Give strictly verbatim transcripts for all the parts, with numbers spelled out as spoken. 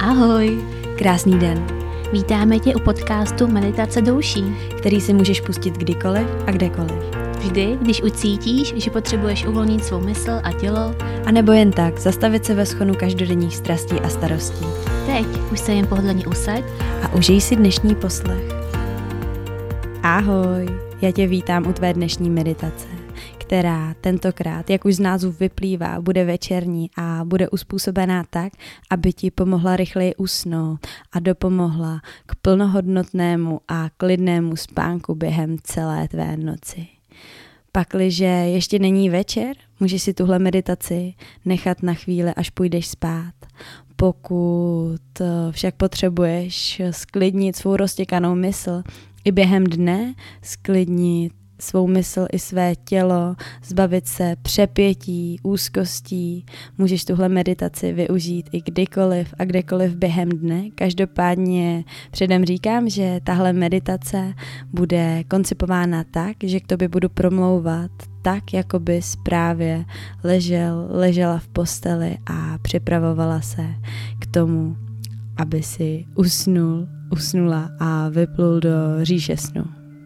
Ahoj, krásný den. Vítáme tě u podcastu Meditace douší, který si můžeš pustit kdykoliv a kdekoliv. Vždy, když už cítíš, že potřebuješ uvolnit svou mysl a tělo, a nebo jen tak zastavit se ve schonu každodenních strastí a starostí. Teď už se jen pohodlně usaď a užij si dnešní poslech. Ahoj, já tě vítám u tvé dnešní meditace, která tentokrát, jak už z názvu vyplývá, bude večerní a bude uspůsobená tak, aby ti pomohla rychleji usnout a dopomohla k plnohodnotnému a klidnému spánku během celé tvé noci. Pakliže ještě není večer, můžeš si tuhle meditaci nechat na chvíli, až půjdeš spát. Pokud však potřebuješ sklidnit svou roztěkanou mysl i během dne, sklidnit svou mysl i své tělo, zbavit se přepětí, úzkostí, můžeš tuhle meditaci využít i kdykoliv a kdekoliv během dne. Každopádně předem říkám, že tahle meditace bude koncipována tak, že k tobě budu promlouvat tak, jako bys právě ležel, ležela v posteli a připravovala se k tomu, aby si usnul, usnula a vyplul do říše snu.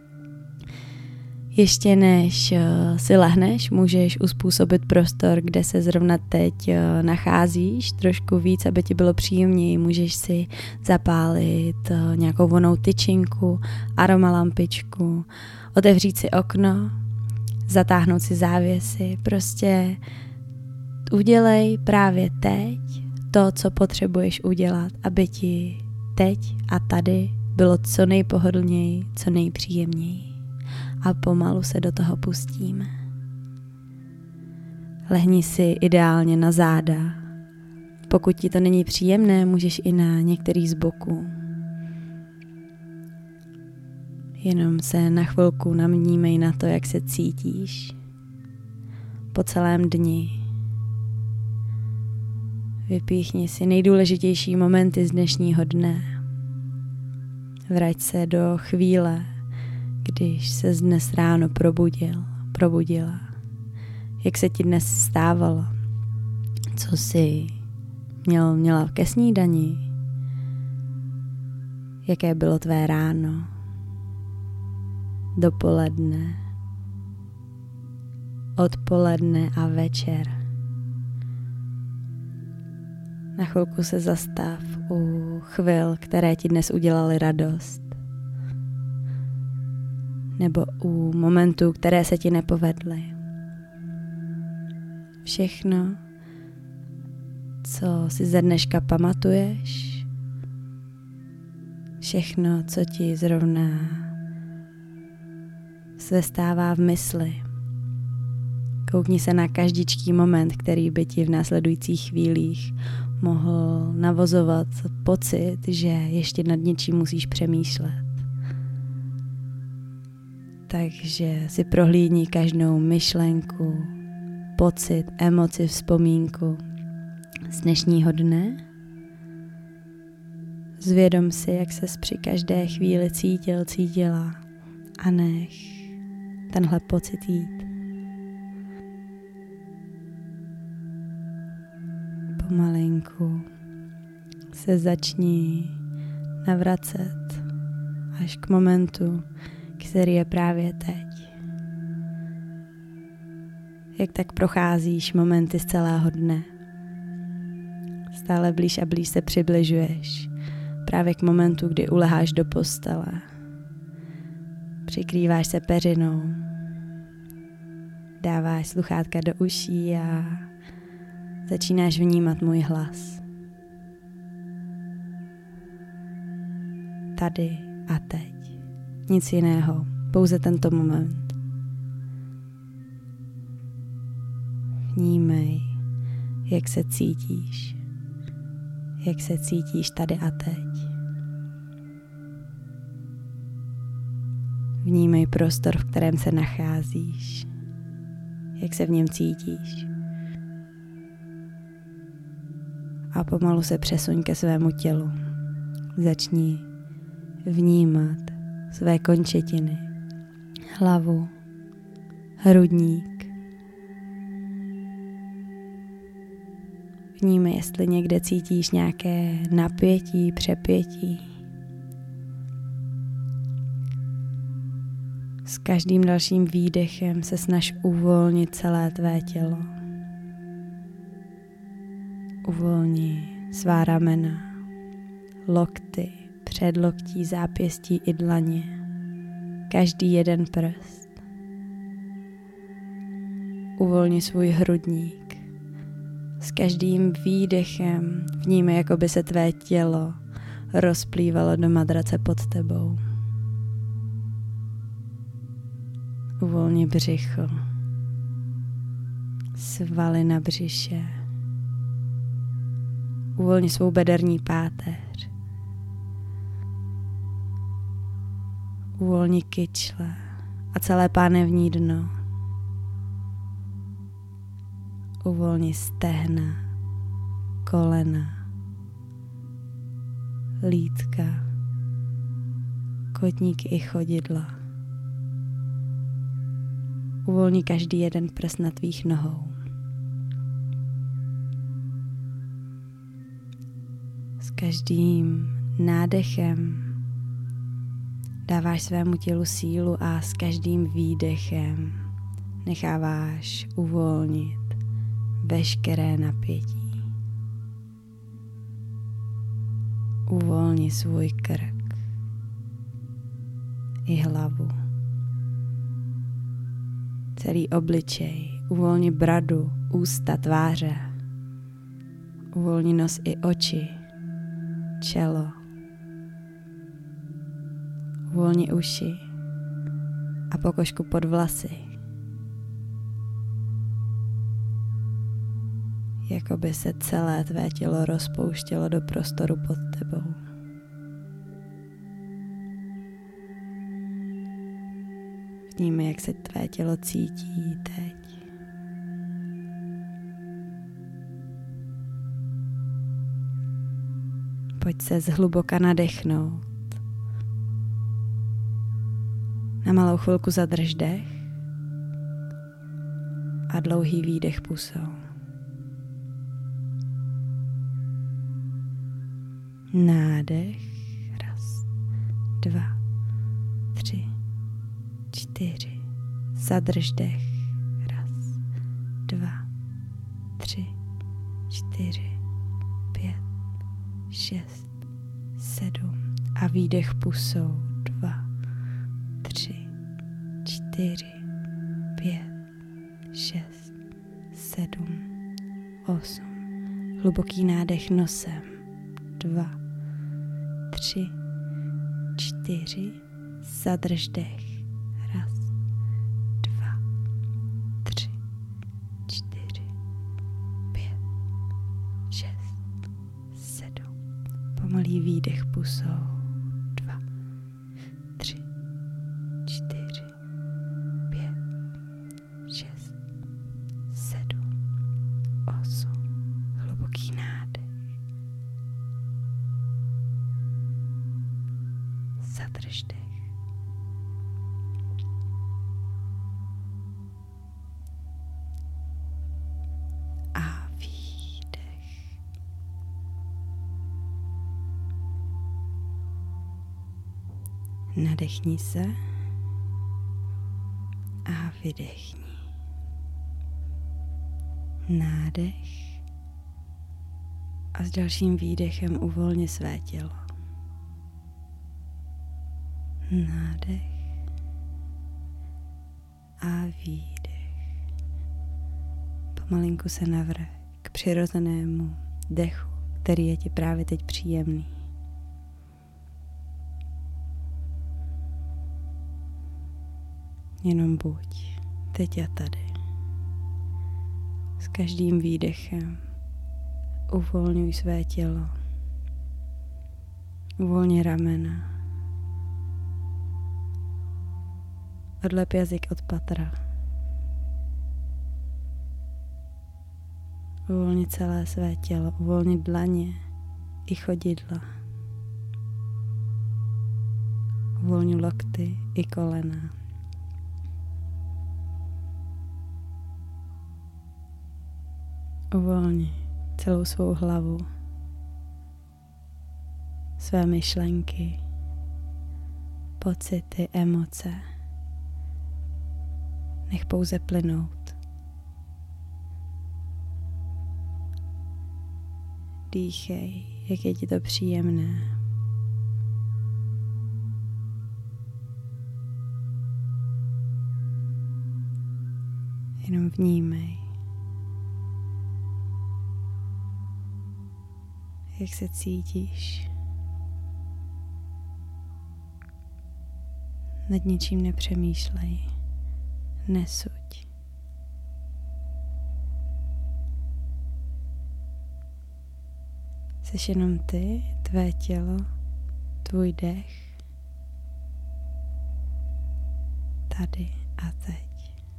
Ještě než si lehneš, můžeš uspůsobit prostor, kde se zrovna teď nacházíš, trošku víc, aby ti bylo příjemněji. Můžeš si zapálit nějakou vonou tyčinku, aromalampičku, otevřít si okno, zatáhnout si závěsy. Prostě udělej právě teď to, co potřebuješ udělat, aby ti teď a tady bylo co nejpohodlněji, co nejpříjemněji. A pomalu se do toho pustíme. Lehni si ideálně na záda. Pokud ti to není příjemné, můžeš i na některý z boků. Jenom se na chvilku namnímej na to, jak se cítíš po celém dni. Vypíchni si nejdůležitější momenty z dnešního dne. Vrať se do chvíle, když se dnes ráno probudil, probudila. Jak se ti dnes stávalo? Co jsi měl, měla ke snídani? Jaké bylo tvé ráno? Dopoledne, odpoledne a večer. Na chvilku se zastav u chvil, které ti dnes udělaly radost. Nebo u momentů, které se ti nepovedly. Všechno, co si ze dneška pamatuješ, všechno, co ti zrovna se stává v mysli. Koukni se na každičký moment, který by ti v následujících chvílích mohl navozovat pocit, že ještě nad něčím musíš přemýšlet. Takže si prohlídni každou myšlenku, pocit, emoci, vzpomínku z dnešního dne. Zvědom si, jak ses při každé chvíli cítil, cítila a nech tenhle pocit jít. Pomalinku se začni navracet až k momentu, který je právě teď. Jak tak procházíš momenty z celého dne. Stále blíž a blíž se přibližuješ právě k momentu, kdy uleháš do postele. Přikrýváš se peřinou. Dáváš sluchátka do uší a začínáš vnímat můj hlas. Tady a teď. Nic jiného, pouze tento moment. Vnímej, jak se cítíš, jak se cítíš tady a teď. Vnímej prostor, v kterém se nacházíš, jak se v něm cítíš. A pomalu se přesuň ke svému tělu. Začni vnímat své končetiny, hlavu, hrudník. Vnímej, jestli někde cítíš nějaké napětí, přepětí. S každým dalším výdechem se snaž uvolnit celé tvé tělo. Uvolni svá ramena, lokty, předloktí, zápěstí i dlaně. Každý jeden prst. Uvolni svůj hrudník. S každým výdechem vnímej, jako by se tvé tělo rozplývalo do madrace pod tebou. Uvolni břicho, svaly na břiše. Uvolni svou bederní páteř. Uvolni kyčle a celé pánevní dno. Uvolni stehna, kolena, lítka, kotníky i chodidla. Uvolni každý jeden prst na tvých nohou. S každým nádechem dáváš svému tělu sílu a s každým výdechem necháváš uvolnit veškeré napětí. Uvolni svůj krk i hlavu. Celý obličej, uvolni bradu, ústa, tváře. Uvolni nos i oči, čelo. Uvolni uši a pokožku pod vlasy. Jako by se celé tvé tělo rozpouštělo do prostoru pod tebou. Vnímej, jak se tvé tělo cítí teď. Pojď se zhluboka nadechnout. Na malou chvilku zadrž dech a dlouhý výdech pusou. Nádech. Raz, dva, tři, čtyři. Zadrž dech. Raz, dva, tři, čtyři, pět, šest, sedm. A výdech pusou. Dva, tři, čtyři, pět, šest, sedm, osm. Hluboký nádech nosem. Dva, tři, čtyři, zadrž dech. Raz, dva, tři, čtyři, pět, šest, sedm. Pomalý výdech pusou. Dva, tři, čtyři, pět, šest, sedm, osm. Hluboký nádech. Zadrž dech. A výdech. Nadechni se a vydechni. Nádech a s dalším výdechem uvolni své tělo. Nádech a výdech. Pomalinku se navrať k přirozenému dechu, který je ti právě teď příjemný. Jenom buď teď a tady. S každým výdechem uvolňuj své tělo. Uvolni ramena. Odlep jazyk od patra. Uvolni celé své tělo. Uvolni dlaně i chodidla. Uvolni lokty i kolena. Uvolni celou svou hlavu, své myšlenky, pocity, emoce. Nech pouze plynout. Dýchej, jak je ti to příjemné. Jenom vnímej, jak se cítíš. Nad ničím nepřemýšlej, nesuď. Jseš jenom ty, tvé tělo, tvůj dech, tady a teď.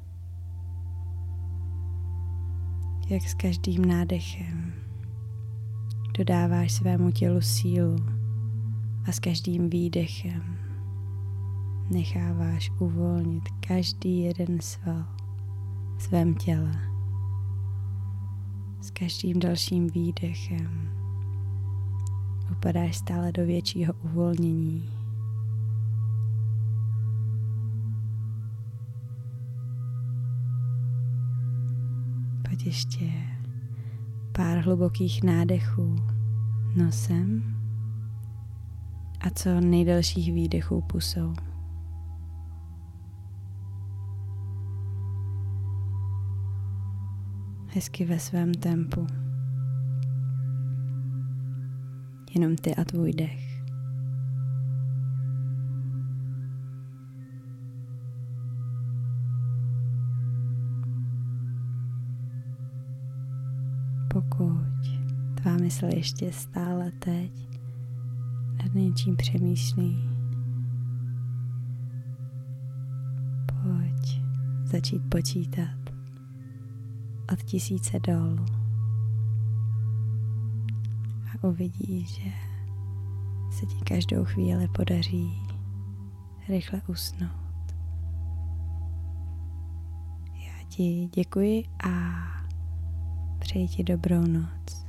Jak s každým nádechem dodáváš svému tělu sílu a s každým výdechem necháváš uvolnit každý jeden sval v svém těle. S každým dalším výdechem upadáš stále do většího uvolnění. Pojď ještě pár hlubokých nádechů nosem a co nejdelších výdechů pusou. Hezky ve svém tempu. Jenom ty a tvůj dech. Pokud tvá mysl ještě stále teď nad něčím přemýšlí, pojď začít počítat od tisíce dolů a uvidíš, že se ti každou chvíli podaří rychle usnout. Já ti děkuji a přeji ti dobrou noc.